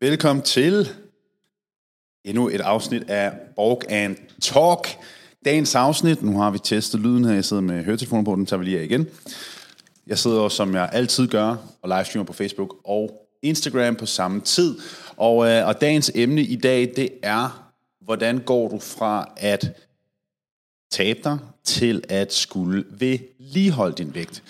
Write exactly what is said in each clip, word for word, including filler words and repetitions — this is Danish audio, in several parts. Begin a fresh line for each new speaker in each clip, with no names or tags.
Velkommen til endnu et afsnit af Borg and Talk. Dagens afsnit, nu har vi testet lyden her, jeg sidder med høretelefoner på, den tager vi lige af igen. Jeg sidder, som jeg altid gør, og livestreamer på Facebook og Instagram på samme tid. Og, øh, og dagens emne i dag, det er, hvordan går du fra at tabe dig til at skulle vedligeholde din vægt.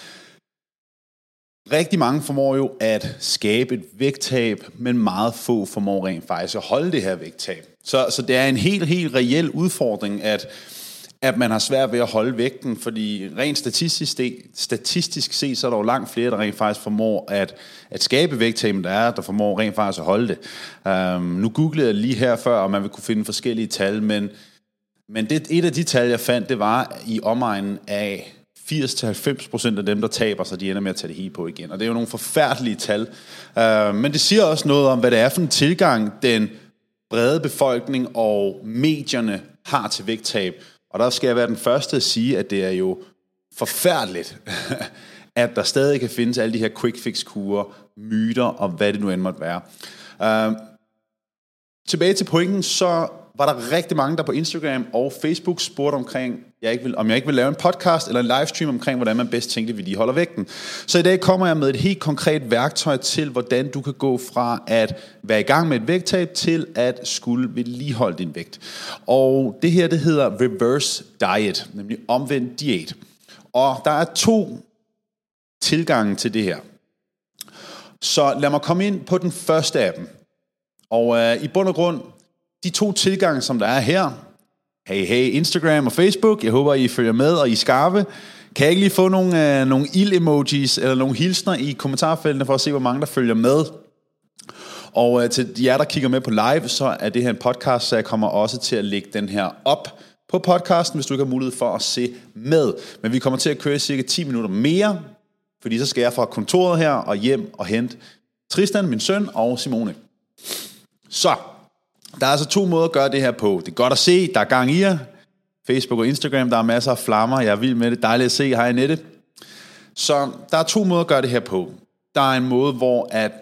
Rigtig mange formår jo at skabe et vægttab, men meget få formår rent faktisk at holde det her vægttab. Så, så det er en helt, helt reel udfordring, at, at man har svært ved at holde vægten, fordi rent statistisk, statistisk set, så er der jo langt flere, der rent faktisk formår at, at skabe vægttab, der er, der formår rent faktisk at holde det. Um, nu googlede jeg lige her før, om man vil kunne finde forskellige tal, men, men det, et af de tal, jeg fandt, det var i omegnen af firs til halvfems procent af dem, der taber sig, de ender med at tage det hele på igen. Og det er jo nogle forfærdelige tal. Uh, men det siger også noget om, hvad det er for en tilgang, den brede befolkning og medierne har til vægttab. Og der skal jeg være den første at sige, at det er jo forfærdeligt, at der stadig kan findes alle de her quick fix-kurer, myter og hvad det nu end måtte være. Uh, tilbage til pointen, så var der rigtig mange, der på Instagram og Facebook spurgte omkring, jeg ikke vil, om jeg ikke vil lave en podcast eller en livestream omkring, hvordan man bedst tænker vedligeholder vægten. Så i dag kommer jeg med et helt konkret værktøj til, hvordan du kan gå fra at være i gang med et vægttab til at skulle vedligeholde din vægt. Og det her, det hedder reverse diet, nemlig omvendt diæt. Og der er to tilgange til det her. Så lad mig komme ind på den første af dem. Og øh, i bund og grund, de to tilgange, som der er her, hey, hey, Instagram og Facebook, jeg håber, I følger med, og I er skarpe. Kan jeg ikke lige få nogle, øh, nogle ild-emojis, eller nogle hilsner i kommentarfeltene, for at se, hvor mange der følger med? Og øh, til jer, der kigger med på live, så er det her en podcast, så jeg kommer også til at lægge den her op på podcasten, hvis du ikke har mulighed for at se med. Men vi kommer til at køre cirka ti minutter mere, fordi så skal jeg fra kontoret her og hjem og hente Tristan, min søn, og Simone. Så der er altså to måder at gøre det her på. Det er godt at se, der er gang i jer. Facebook og Instagram, der er masser af flammer. Jeg er vild med det. Dejligt at se. Hej Annette. Så der er to måder at gøre det her på. Der er en måde, hvor at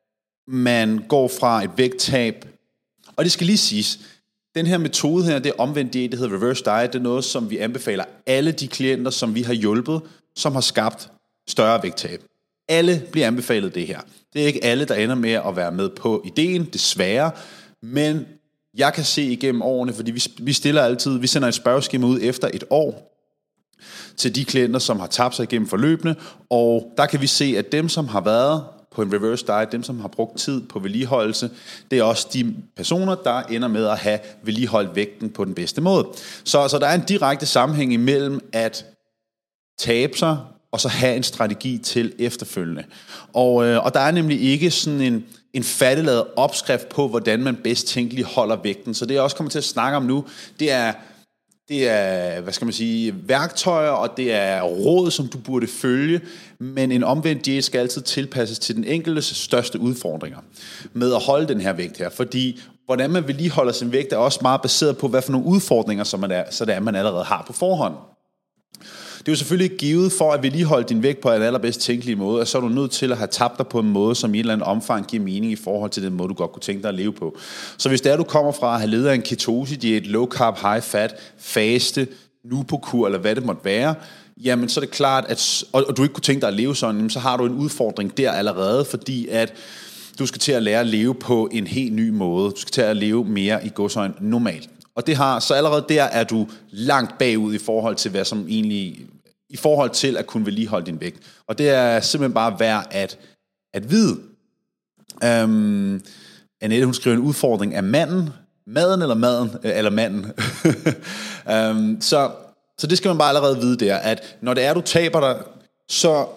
man går fra et vægttab. Og det skal lige siges, den her metode her, det er omvendt diæt, det hedder reverse diet. Det er noget, som vi anbefaler alle de klienter, som vi har hjulpet, som har skabt større vægttab. Alle bliver anbefalet det her. Det er ikke alle, der ender med at være med på ideen, desværre. Men jeg kan se igennem årene, fordi vi, vi stiller altid, vi sender et spørgeskema ud efter et år til de klienter, som har tabt sig igennem forløbene, og der kan vi se, at dem, som har været på en reverse diet, dem, som har brugt tid på vedligeholdelse, det er også de personer, der ender med at have vedligeholdt vægten på den bedste måde. Så, så der er en direkte sammenhæng imellem at tabe sig, og så have en strategi til efterfølgende. Og, øh, og der er nemlig ikke sådan en, en fatteladet opskrift på, hvordan man bedst tænkeligt holder vægten. Så det jeg også kommer til at snakke om nu, det er, det er hvad skal man sige, værktøjer, og det er råd, som du burde følge, men en omvendt diæt skal altid tilpasses til den enkeltes største udfordringer med at holde den her vægt her. Fordi hvordan man vedligeholder sin vægt er også meget baseret på, hvad for nogle udfordringer, som man er, så det er, man allerede har på forhånd. Det er jo selvfølgelig ikke givet for at vedligeholde din vægt på en allerbedst tænkelige måde, og så er du nødt til at have tabt dig på en måde, som i et eller andet omfang giver mening i forhold til den måde, du godt kunne tænke dig at leve på. Så hvis det er, du kommer fra at have ledet af en ketose-diæt, low carb, high fat, faste, nu på kur, eller hvad det måtte være, jamen så er det klart, at, og du ikke kunne tænke dig at leve sådan, så har du en udfordring der allerede, fordi at du skal til at lære at leve på en helt ny måde. Du skal til at leve mere i gåseøjne normalt. Og det har, så allerede der er du langt bagud i forhold til, hvad som egentlig, i forhold til at kunne vedligeholde din vægt. Og det er simpelthen bare værd at, at vide. Um, Annette, hun skriver en udfordring af manden. Maden eller maden? Eller manden. um, så, så det skal man bare allerede vide der, at når det er, du taber dig, så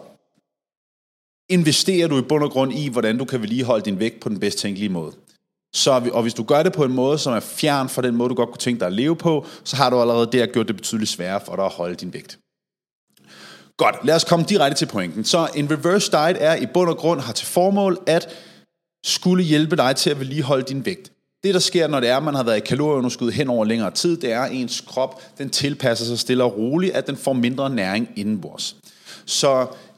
investerer du i bund og grund i, hvordan du kan vedligeholde din vægt på den bedst tænkelige måde. Så, og hvis du gør det på en måde, som er fjern fra den måde, du godt kunne tænke dig at leve på, så har du allerede der gjort det betydeligt sværere for dig at holde din vægt. Godt, lad os komme direkte til pointen. Så en reverse diet er i bund og grund har til formål at skulle hjælpe dig til at vedligeholde din vægt. Det, der sker, når det er, at man har været i kalorieunderskud hen over længere tid, det er, at ens krop den tilpasser sig stille og roligt, at den får mindre næring indenbords. Så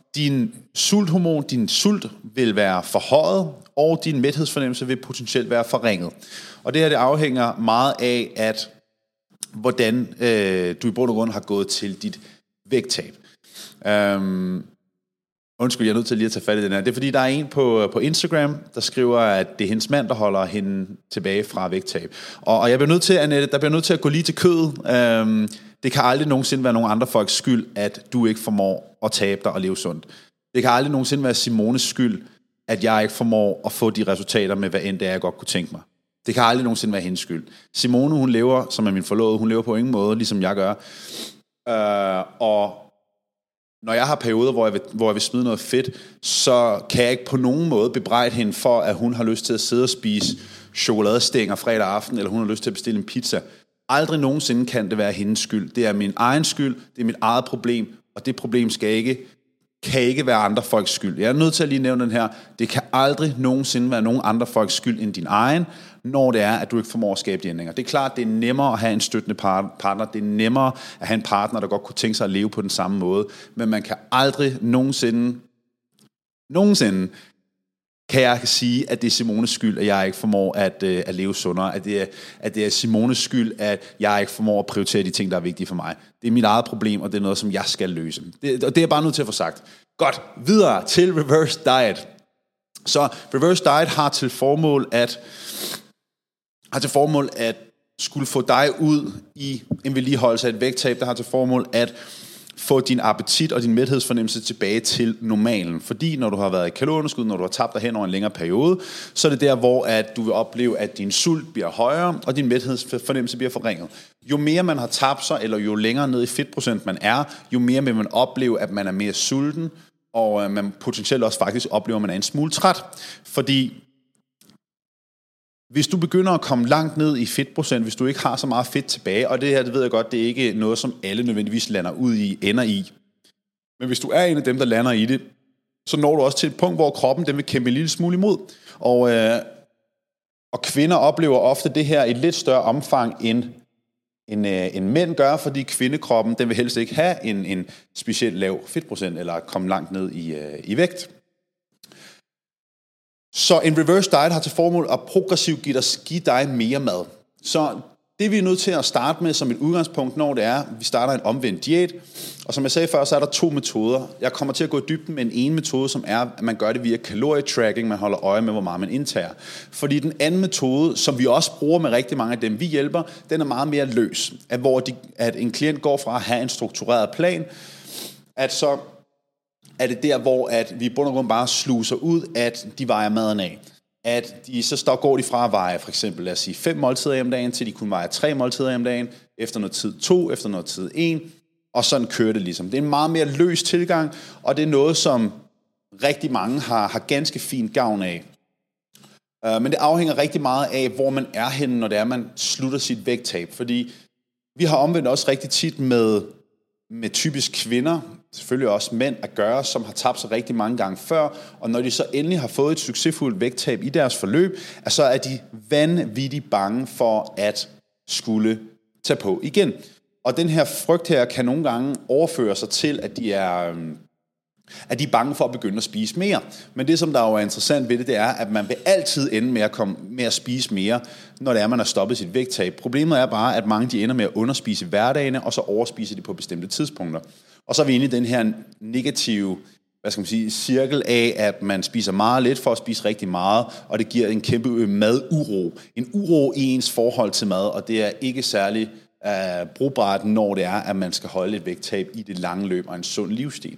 din sulthormon, din sult vil være forhøjet, og din mæthedsfornemmelse vil potentielt være forringet. Og det her, det afhænger meget af, at hvordan øh, du i bund og grund har gået til dit vægttab. Um, undskyld, jeg er nødt til lige at tage fat i den her. Det er fordi, der er en på, på Instagram, der skriver, at det er hendes mand, der holder hende tilbage fra vægttab. Og, og jeg bliver nødt til, Annette, der bliver nødt til at gå lige til kødet. Um, det kan aldrig nogensinde være nogen andre folks skyld, at du ikke formår at tabe dig og leve sundt. Det kan aldrig nogensinde være Simones skyld, at jeg ikke formår at få de resultater med, hvad end det er, jeg godt kunne tænke mig. Det kan aldrig nogensinde være hendes skyld. Simone, hun lever, som er min forlovede, hun lever på ingen måde, ligesom jeg gør. Uh, og når jeg har perioder, hvor jeg, vil, hvor jeg vil smide noget fedt, så kan jeg ikke på nogen måde bebrejde hende for, at hun har lyst til at sidde og spise chokoladestænger fredag aften, eller hun har lyst til at bestille en pizza. Aldrig nogensinde kan det være hendes skyld. Det er min egen skyld, det er mit eget problem, og det problem skal ikke, kan ikke være andre folks skyld. Jeg er nødt til at lige nævne den her. Det kan aldrig nogensinde være nogen andre folks skyld end din egen, når det er, at du ikke formår at skabe de ændringer. Det er klart, det er nemmere at have en støttende partner. Det er nemmere at have en partner, der godt kunne tænke sig at leve på den samme måde. Men man kan aldrig nogensinde, nogensinde, kan jeg sige, at det er Simones skyld, at jeg ikke formår at, øh, at leve sundere. At det, er, at det er Simones skyld, at jeg ikke formår at prioritere de ting, der er vigtige for mig. Det er mit eget problem, og det er noget, som jeg skal løse. Det, og det er jeg bare nødt til at få sagt. Godt, videre til Reverse Diet. Så Reverse Diet har til formål at har til formål at skulle få dig ud i en vedligeholdelse af et vægttab, der har til formål at få din appetit og din mæthedsfornemmelse tilbage til normalen. Fordi når du har været i kalorieunderskud, når du har tabt dig hen over en længere periode, så er det der, hvor at du vil opleve, at din sult bliver højere, og din mæthedsfornemmelse bliver forringet. Jo mere man har tabt sig, eller jo længere ned i fedtprocent man er, jo mere vil man opleve, at man er mere sulten, og man potentielt også faktisk oplever, at man er en smule træt. Fordi hvis du begynder at komme langt ned i fedtprocent, hvis du ikke har så meget fedt tilbage, og det her, det ved jeg godt, det er ikke noget, som alle nødvendigvis lander ud i, ender i. Men hvis du er en af dem, der lander i det, så når du også til et punkt, hvor kroppen den vil kæmpe en lille smule imod. Og, øh, og kvinder oplever ofte det her i et lidt større omfang, end, end, øh, end mænd gør, fordi kvindekroppen den vil helst ikke have en, en specielt lav fedtprocent, eller komme langt ned i, øh, i vægt. Så en reverse diet har til formål at progressivt give dig, give dig mere mad. Så det vi er nødt til at starte med som et udgangspunkt, når det er, at vi starter en omvendt diæt. Og som jeg sagde før, så er der to metoder. Jeg kommer til at gå i dybden med en ene metode, som er, at man gør det via kalorietracking. Man holder øje med, hvor meget man indtager. Fordi den anden metode, som vi også bruger med rigtig mange af dem, vi hjælper, den er meget mere løs. At, hvor de, at en klient går fra at have en struktureret plan, at så er det der, hvor at vi i bund og grund bare sluser ud, at de vejer maden af. At de, så står, går de fra at veje for eksempel, lad os sige, fem måltider om dagen, til de kun vejer tre måltider om dagen, efter noget tid to, efter noget tid en, og sådan kører det ligesom. Det er en meget mere løs tilgang, og det er noget, som rigtig mange har, har ganske fint gavn af. Uh, men det afhænger rigtig meget af, hvor man er henne, når det er, man slutter sit vægttab. Fordi vi har omvendt også rigtig tit med, med typisk kvinder, selvfølgelig også mænd at gøre, som har tabt sig rigtig mange gange før, og når de så endelig har fået et succesfuldt vægttab i deres forløb, så er de vanvittigt bange for at skulle tage på igen. Og den her frygt her kan nogle gange overføre sig til, at de er, at de er bange for at begynde at spise mere. Men det, som der jo er interessant ved det, det er, at man vil altid ende med at, komme, med at spise mere, når det er, man har stoppet sit vægttab. Problemet er bare, at mange de ender med at underspise i hverdagene, og så overspiser de på bestemte tidspunkter. Og så er vi inde i den her negative, hvad skal man sige, cirkel af, at man spiser meget lidt for at spise rigtig meget, og det giver en kæmpe maduro. En uro i ens forhold til mad, og det er ikke særlig uh, brugbart, når det er, at man skal holde et vægttab i det lange løb og en sund livsstil.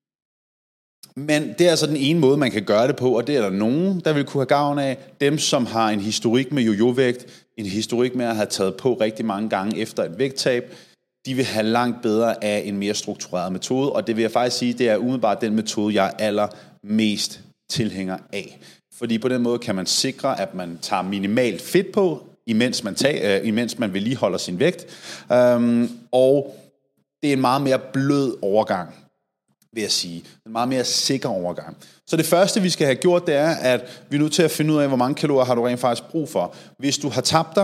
Men det er altså den ene måde, man kan gøre det på, og det er der nogen, der vil kunne have gavn af. Dem, som har en historik med jojo-vægt, en historik med at have taget på rigtig mange gange efter et vægttab, de vil have langt bedre af en mere struktureret metode, og det vil jeg faktisk sige, det er umiddelbart den metode, jeg er allermest tilhænger af. Fordi på den måde kan man sikre, at man tager minimalt fedt på, imens man, tager, øh, imens man vedligeholder sin vægt, øhm, og det er en meget mere blød overgang, vil jeg sige. En meget mere sikker overgang. Så det første, vi skal have gjort, det er, at vi er nødt til at finde ud af, hvor mange kalorier har du rent faktisk brug for. Hvis du har tabt dig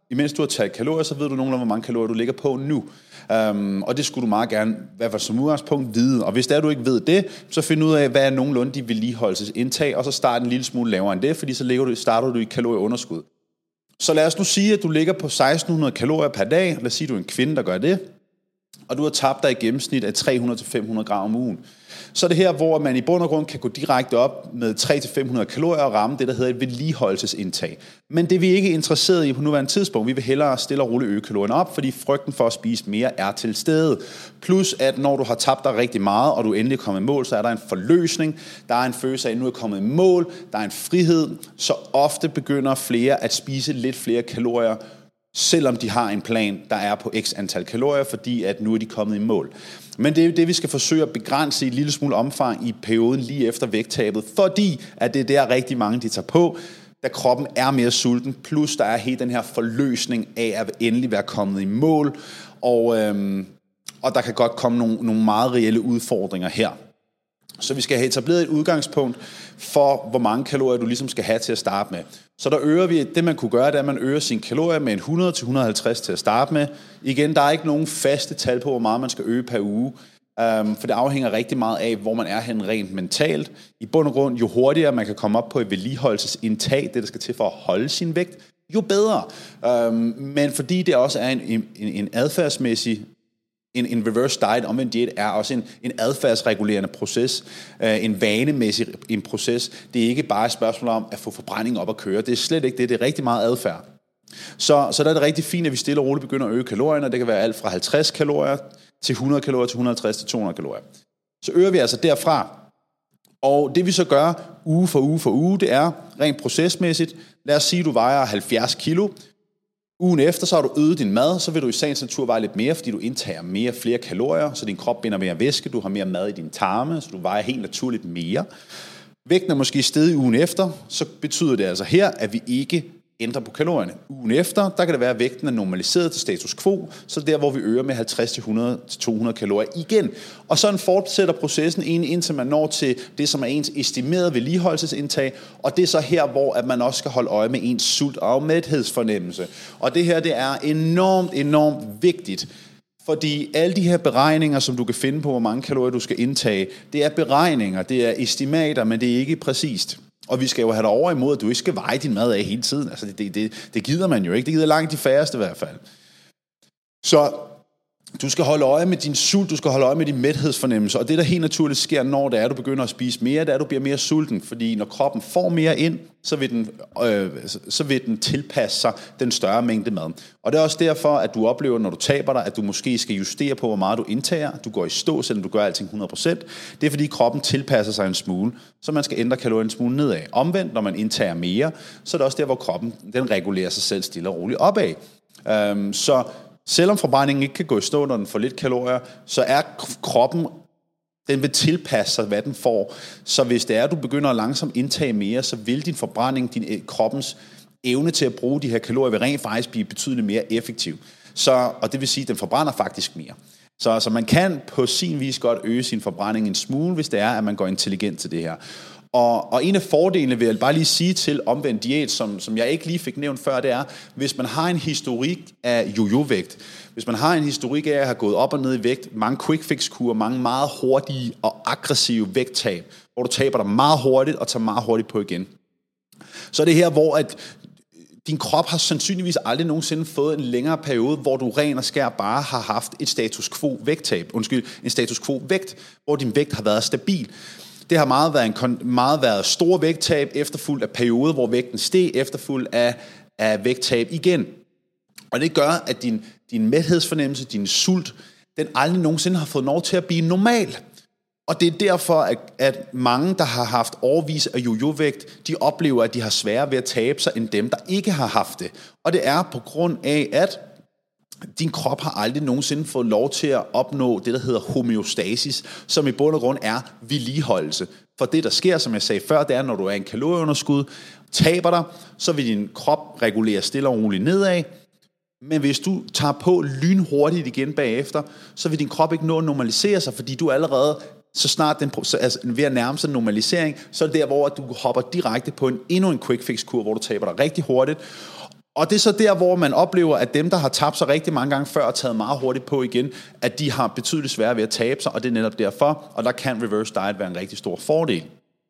imens du har taget kalorier, så ved du nogenlunde, hvor mange kalorier du ligger på nu. Um, og det skulle du meget gerne, i hvert fald som udgangspunkt, vide. Og hvis det er, du ikke ved det, så find ud af, hvad er nogenlunde de vedligeholdelsesindtag, og så start en lille smule lavere end det, fordi så ligger du, starter du i kalorieunderskud. Så lad os nu sige, at du ligger på seksten hundrede kalorier per dag. Lad os sige, at du er en kvinde, der gør det. Og du har tabt dig i gennemsnit af tre hundrede til fem hundrede gram om ugen. Så er det her, hvor man i bund og grund kan gå direkte op med tre hundrede til fem hundrede kalorier og ramme det, der hedder et vedligeholdelsesindtag. Men det er vi ikke interesseret i på nuværende tidspunkt. Vi vil hellere stille og roligt øge kalorierne op, fordi frygten for at spise mere er til stede. Plus at når du har tabt dig rigtig meget, og du endelig er kommet i mål, så er der en forløsning. Der er en følelse af, at nu er kommet i mål. Der er en frihed. Så ofte begynder flere at spise lidt flere kalorier, selvom de har en plan, der er på x antal kalorier, fordi at nu er de kommet i mål. Men det er jo det, vi skal forsøge at begrænse i et lille smule omfang i perioden lige efter vægttabet, fordi at det er der rigtig mange, de tager på, da kroppen er mere sulten, plus der er helt den her forløsning af at endelig være kommet i mål, og, øhm, og der kan godt komme nogle, nogle meget reelle udfordringer her. Så vi skal have etableret et udgangspunkt for, hvor mange kalorier du ligesom skal have til at starte med. Så der øger vi, det man kunne gøre, det er, at man øger sine kalorier med hundrede til hundrede og halvtreds til at starte med. Igen, der er ikke nogen faste tal på, hvor meget man skal øge per uge, um, for det afhænger rigtig meget af, hvor man er hen rent mentalt. I bund og grund, jo hurtigere man kan komme op på et vedligeholdelsesindtag, det der skal til for at holde sin vægt, jo bedre. Um, men fordi det også er en, en, en adfærdsmæssig En, en reverse diet, omvendt diæt, er også en, en adfærdsregulerende proces, øh, en vanemæssig en proces. Det er ikke bare et spørgsmål om at få forbrænding op at køre. Det er slet ikke det. Det er rigtig meget adfærd. Så, så der er det rigtig fint, at vi stille og roligt begynder at øge kalorierne. Det kan være alt fra halvtreds kalorier til hundrede kalorier til et hundrede og halvtreds til to hundrede kalorier. Så øger vi altså derfra. Og det vi så gør uge for uge for uge, det er rent procesmæssigt. Lad os sige, at du vejer halvfjerds kilo. Ugen efter, så har du øget din mad, så vil du i sagens natur veje lidt mere, fordi du indtager mere flere kalorier, så din krop binder mere væske, du har mere mad i dine tarme, så du vejer helt naturligt mere. Vægten er måske steget ugen efter, så betyder det altså her, at vi ikke ændrer på kalorierne. Ugen efter, der kan det være, at vægten er normaliseret til status quo, så der, hvor vi øger med halvtreds til hundrede til to hundrede kalorier igen. Og sådan fortsætter processen egentlig, indtil man når til det, som er ens estimerede vedligeholdelsesindtag, og det er så her, hvor at man også skal holde øje med ens sult- og mæthedsfornemmelse. Og det her, det er enormt, enormt vigtigt, fordi alle de her beregninger, som du kan finde på, hvor mange kalorier du skal indtage, det er beregninger, det er estimater, men det er ikke præcist. Og vi skal jo have dig over imod, at du ikke skal veje din mad af hele tiden. Altså det, det, det gider man jo ikke. Det gider langt de færreste i hvert fald. Så du skal holde øje med din sult, du skal holde øje med din mæthedsfornemmelse. Og det, der helt naturligt sker, når det er, at du begynder at spise mere, det er, at du bliver mere sulten. Fordi når kroppen får mere ind, så vil den, øh, så vil den tilpasse sig den større mængde mad. Og det er også derfor, at du oplever, når du taber dig, at du måske skal justere på, hvor meget du indtager. Du går i stå, selvom du gør alting hundrede procent. Det er, fordi kroppen tilpasser sig en smule, så man skal ændre kalorien en smule nedad. Omvendt, når man indtager mere, så er det også der, hvor kroppen den regulerer sig selv stille og roligt opad. Um, så selvom forbrændingen ikke kan gå i stå, når den får lidt kalorier, så er kroppen, den vil tilpasse sig, hvad den får. Så hvis det er, at du begynder at langsomt indtage mere, så vil din forbrænding, din kroppens evne til at bruge de her kalorier, vil rent faktisk blive betydeligt mere effektiv. Så, og det vil sige, at den forbrænder faktisk mere. Så, så man kan på sin vis godt øge sin forbrænding en smule, hvis det er, at man går intelligent til det her. Og, og en af fordelene vil jeg bare lige sige til omvendt diæt, som, som jeg ikke lige fik nævnt før, det er, hvis man har en historik af jojo-vægt, hvis man har en historik af at have gået op og ned i vægt, mange quick fix kurer, mange meget hurtige og aggressive vægttab, hvor du taber dig meget hurtigt og tager meget hurtigt på igen. Så er det her, hvor at din krop har sandsynligvis aldrig nogensinde fået en længere periode, hvor du ren og skær bare har haft et status quo vægttab, undskyld, en status quo vægt, hvor din vægt har været stabil. Det har meget været, en, meget været stor vægttab, efterfulgt af perioder, hvor vægten steg, efterfulgt af, af vægttab igen. Og det gør, at din, din mæthedsfornemmelse, din sult, den aldrig nogensinde har fået lov til at blive normal. Og det er derfor, at, at mange, der har haft årevis af jojo-vægt, de oplever, at de har sværere ved at tabe sig, end dem, der ikke har haft det. Og det er på grund af, at din krop har aldrig nogensinde fået lov til at opnå det, der hedder homeostasis, som i bund og grund er vedligeholdelse. For det, der sker, som jeg sagde før, det er, når du er i en kalorieunderskud, taber dig, så vil din krop regulere stille og roligt nedad. Men hvis du tager på lynhurtigt igen bagefter, så vil din krop ikke nå at normalisere sig, fordi du allerede, så snart den, altså ved at nærme sig normalisering, så er det der, hvor du hopper direkte på en, endnu en quick fix kur, hvor du taber dig rigtig hurtigt. Og det er så der, hvor man oplever, at dem, der har tabt sig rigtig mange gange før og taget meget hurtigt på igen, at de har betydeligt sværere ved at tabe sig, og det er netop derfor, og der kan reverse diet være en rigtig stor fordel.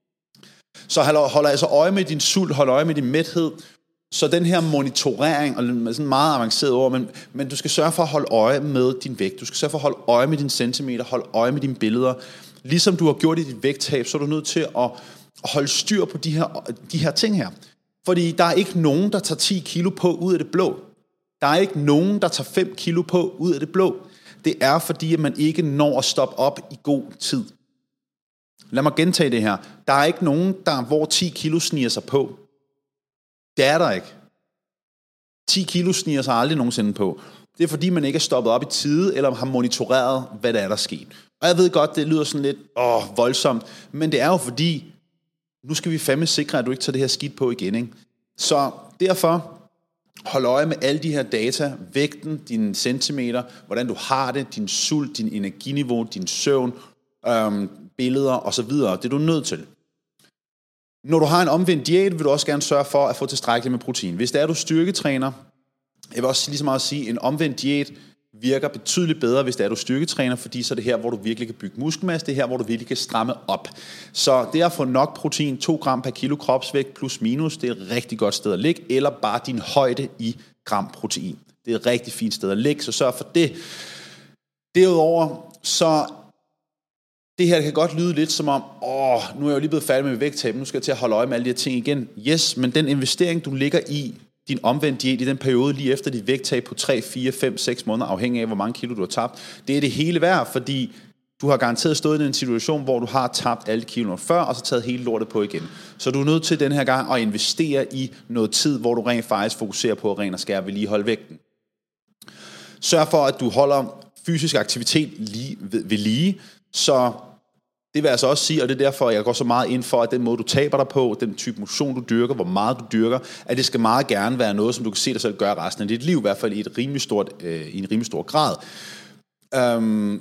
Så hold altså øje med din sult, hold øje med din mæthed, så den her monitorering, og det er sådan meget avanceret ord, men, men du skal sørge for at holde øje med din vægt, du skal sørge for at holde øje med dine centimeter, holde øje med dine billeder. Ligesom du har gjort i dit vægttab, så er du nødt til at holde styr på de her, de her ting her. Fordi der er ikke nogen, der tager ti kilo på ud af det blå. Der er ikke nogen, der tager fem kilo på ud af det blå. Det er fordi, at man ikke når at stoppe op i god tid. Lad mig gentage det her. Der er ikke nogen, der hvor ti kilo sniger sig på. Det er der ikke. ti kilo sniger sig aldrig nogensinde på. Det er fordi, man ikke er stoppet op i tide, eller har monitoreret, hvad der er, der sket. Og jeg ved godt, det lyder sådan lidt åh, voldsomt, men det er jo fordi, nu skal vi fandme sikre, at du ikke tager det her skidt på igen. Ikke? Så derfor, hold øje med alle de her data, vægten, dine centimeter, hvordan du har det, din sult, din energiniveau, din søvn, øhm, billeder osv. Det er du nødt til. Når du har en omvendt diæt, vil du også gerne sørge for at få tilstrækkeligt med protein. Hvis det er, du styrketræner, jeg vil også lige så meget sige, en omvendt diæt virker betydeligt bedre, hvis det er, du styrketræner, fordi så er det her, hvor du virkelig kan bygge muskelmasse, det er her, hvor du virkelig kan stramme op. Så det at få nok protein, to gram per kilo kropsvægt plus minus, det er et rigtig godt sted at ligge, eller bare din højde i gram protein. Det er et rigtig fint sted at ligge, så sørg for det. Derudover, så det her kan godt lyde lidt som om, åh, nu er jeg jo lige blevet færdig med vægttab, nu skal jeg til at holde øje med alle de her ting igen. Yes, men den investering, du ligger i, din omvendt diæt i den periode lige efter dit vægttab på tre, fire, fem, seks måneder, afhængig af hvor mange kilo du har tabt, det er det hele værd, fordi du har garanteret stået i en situation, hvor du har tabt alle kiloene før, og så taget hele lortet på igen. Så du er nødt til den her gang at investere i noget tid, hvor du rent faktisk fokuserer på at ren og skær vedligeholde vægten. Sørg for, at du holder fysisk aktivitet lige, ved, ved lige, så det vil altså også sige, og det er derfor, jeg går så meget ind for, at den måde, du taber dig på, den type motion, du dyrker, hvor meget du dyrker, at det skal meget gerne være noget, som du kan se dig selv gøre resten af dit liv, i hvert fald i, et rimelig stort, øh, i en rimelig stor grad. Um,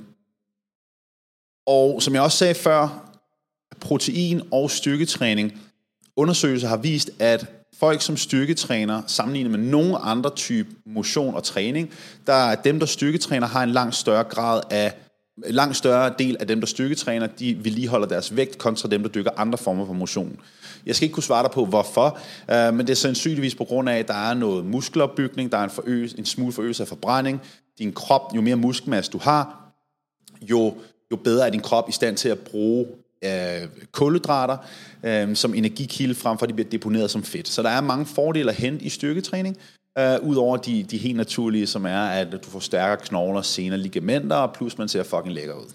og som jeg også sagde før, protein og styrketræning, undersøgelser har vist, at folk som styrketræner, sammenlignet med nogen andre type motion og træning, der er dem, der styrketræner, har en langt større grad af En langt større del af dem, der styrketræner, de vedligeholder deres vægt, kontra dem, der dyrker andre former for motion. Jeg skal ikke kunne svare dig på, hvorfor, øh, men det er sandsynligvis på grund af, at der er noget muskelopbygning, der er en, forøgelse, en smule forøgelse af forbrænding. Din krop, jo mere muskelmasse du har, jo, jo bedre er din krop i stand til at bruge øh, kulhydrater øh, som energikilde, frem for at de bliver deponeret som fedt. Så der er mange fordele at hente i styrketræning, Uh, Udover de, de helt naturlige, som er, at du får stærkere knogler, sener, ligamenter, og plus man ser fucking lækker ud.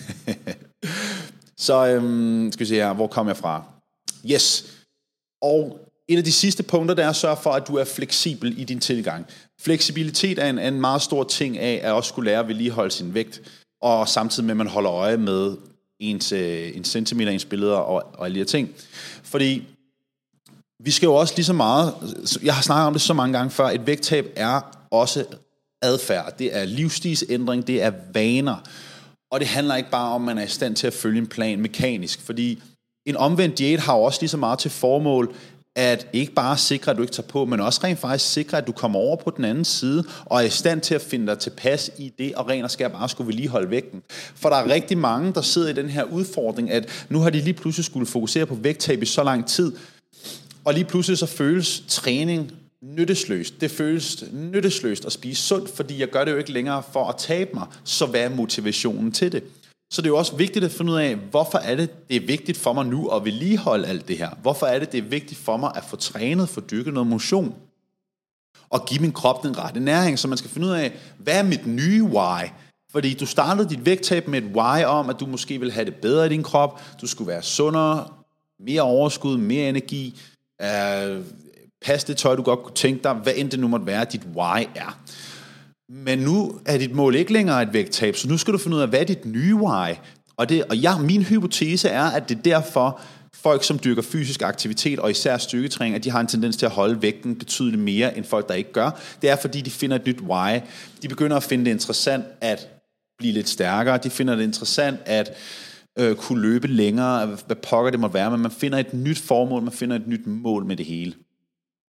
Så um, skal vi se her, hvor kom jeg fra? Yes. Og et af de sidste punkter, der er at sørge for, at du er fleksibel i din tilgang. Fleksibilitet er en, en meget stor ting af, at også skulle lære at vedligeholde sin vægt, og samtidig med, at man holder øje med ens, en centimeter, ens billeder og, og alle de her ting. Fordi vi skal jo også lige så meget, jeg har snakket om det så mange gange før, et vægttab er også adfærd. Det er livsstilsændring, det er vaner. Og det handler ikke bare om, at man er i stand til at følge en plan mekanisk. Fordi en omvendt diæt har jo også lige så meget til formål, at ikke bare sikre, at du ikke tager på, men også rent faktisk sikre, at du kommer over på den anden side, og er i stand til at finde dig tilpas i det, og rent og skær bare skulle vedligeholde vægten. For der er rigtig mange, der sidder i den her udfordring, at nu har de lige pludselig skulle fokusere på vægttab i så lang tid, og lige pludselig så føles træning nyttesløst. Det føles nyttesløst at spise sundt, fordi jeg gør det jo ikke længere for at tabe mig. Så hvad er motivationen til det? Så det er jo også vigtigt at finde ud af, hvorfor er det, det er vigtigt for mig nu at vedligeholde alt det her? Hvorfor er det, det er vigtigt for mig at få trænet, få dyrket noget motion? Og give min krop den rette næring, så man skal finde ud af, hvad er mit nye why? Fordi du startede dit vægttab med et why om, at du måske vil have det bedre i din krop, du skulle være sundere, mere overskud, mere energi, Uh, pas det tøj, du godt kunne tænke dig, hvad end det nu måtte være, dit why er. Men nu er dit mål ikke længere et vægttab, så nu skal du finde ud af, hvad er dit nye why? Og, det, og ja, min hypotese er, at det er derfor, folk som dyrker fysisk aktivitet, og især styrketræning, at de har en tendens til at holde vægten betydeligt mere, end folk, der ikke gør. Det er, fordi de finder et nyt why. De begynder at finde det interessant at blive lidt stærkere. De finder det interessant at Øh, kunne løbe længere, hvad pokker det må være, men man finder et nyt formål, man finder et nyt mål med det hele.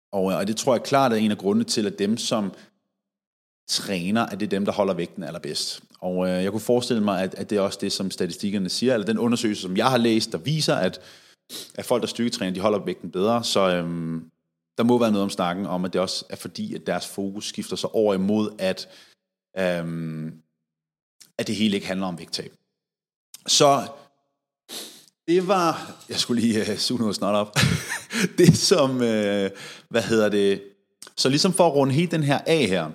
Og, og det tror jeg klart er en af grundene til, at dem, som træner, at det er dem, der holder vægten allerbedst. Og øh, jeg kunne forestille mig, at, at det er også det, som statistikkerne siger, eller den undersøgelse, som jeg har læst, der viser, at, at folk, der styrketræner, de holder vægten bedre. Så øhm, der må være noget om snakken om, at det også er fordi, at deres fokus skifter sig over imod, at, øhm, at det hele ikke handler om vægttab. Så det var, jeg skulle lige uh, suge noget snot op, det som, uh, hvad hedder det, så ligesom for at runde hele den her af her,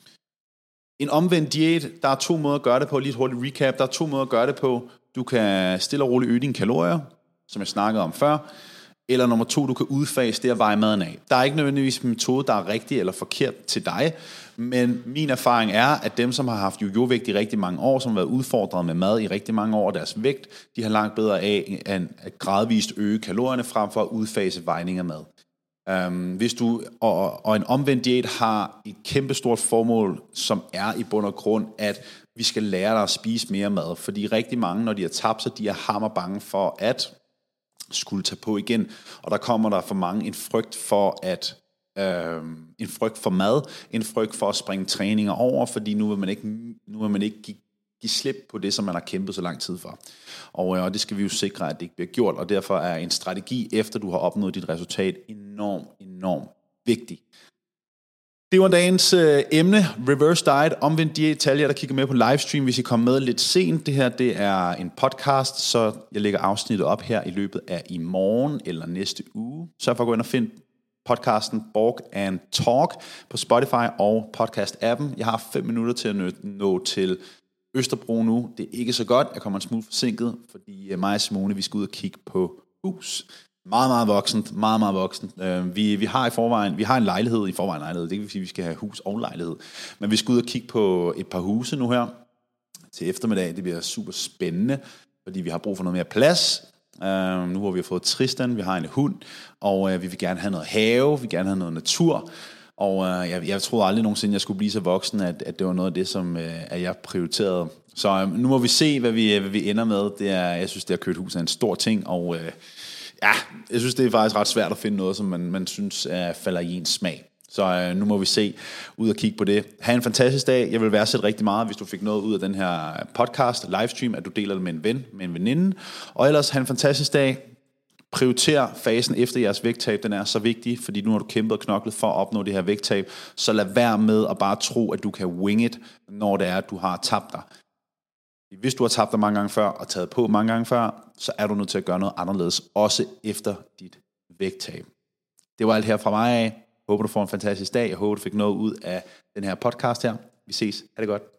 en omvendt diæt, der er to måder at gøre det på, lige et hurtigt recap, der er to måder at gøre det på. Du kan stille og roligt øge dine kalorier, som jeg snakkede om før, eller nummer to, du kan udfase det at veje maden af. Der er ikke nødvendigvis en metode, der er rigtig eller forkert til dig, men min erfaring er, at dem, som har haft jojo-vægt i rigtig mange år, som har været udfordret med mad i rigtig mange år, deres vægt, de har langt bedre af at gradvist øge kalorierne, frem for at udfase vejning af mad. Um, hvis du, og, og en omvendt diæt har et kæmpestort formål, som er i bund og grund, at vi skal lære dig at spise mere mad, fordi rigtig mange, når de har tabt sig, de er hammerbange for at skulle tage på igen, og der kommer der for mange en frygt for at øh, en frygt for mad, en frygt for at springe træninger over, fordi nu vil man ikke, nu vil man ikke give, give slip på det, som man har kæmpet så lang tid for. Og, øh, og det skal vi jo sikre, at det ikke bliver gjort, og derfor er en strategi, efter du har opnået dit resultat, enormt, enormt vigtig. Det var dagens øh, emne, Reverse Diet, omvendt diæt. Til alle jer, der kigger med på livestream, hvis I kommer med lidt sent. Det her, det er en podcast, så jeg lægger afsnittet op her i løbet af i morgen eller næste uge. Så for at gå ind og finde podcasten Borg and Talk på Spotify og podcast-appen. Jeg har fem minutter til at nå, nå til Østerbro nu. Det er ikke så godt. Jeg kommer en smule forsinket, fordi mig og Simone, vi skal ud og kigge på hus. Meget, meget voksent, meget, meget voksent. Uh, vi, vi har i forvejen, vi har en lejlighed i forvejen lejlighed. Det er ikke fordi, vi skal have hus og lejlighed. Men vi skal ud og kigge på et par huse nu her til eftermiddag. Det bliver super spændende, fordi vi har brug for noget mere plads. Uh, nu hvor vi har fået Tristan, vi har en hund, og uh, vi vil gerne have noget have, vi vil gerne have noget natur. Og uh, jeg, jeg troede aldrig nogensinde, jeg skulle blive så voksen, at, at det var noget af det, som uh, at jeg prioriterede. Så uh, nu må vi se, hvad vi, hvad vi ender med. Det er, jeg synes, det at købe et hus er en stor ting, og uh, ja, jeg synes, det er faktisk ret svært at finde noget, som man, man synes uh, falder i ens smag. Så uh, nu må vi se, ud og kigge på det. Ha' en fantastisk dag. Jeg vil værdsætte rigtig meget, hvis du fik noget ud af den her podcast, livestream, at du deler det med en ven, med en veninde. Og ellers ha' en fantastisk dag. Prioriter fasen efter jeres vægttab, den er så vigtig, fordi nu har du kæmpet og knoklet for at opnå det her vægttab. Så lad være med at bare tro, at du kan wing it, når det er, at du har tabt dig. Hvis du har tabt dig mange gange før og taget på mange gange før, så er du nødt til at gøre noget anderledes, også efter dit vægttab. Det var alt her fra mig af. Jeg håber, du får en fantastisk dag. Jeg håber, du fik noget ud af den her podcast her. Vi ses. Ha' det godt.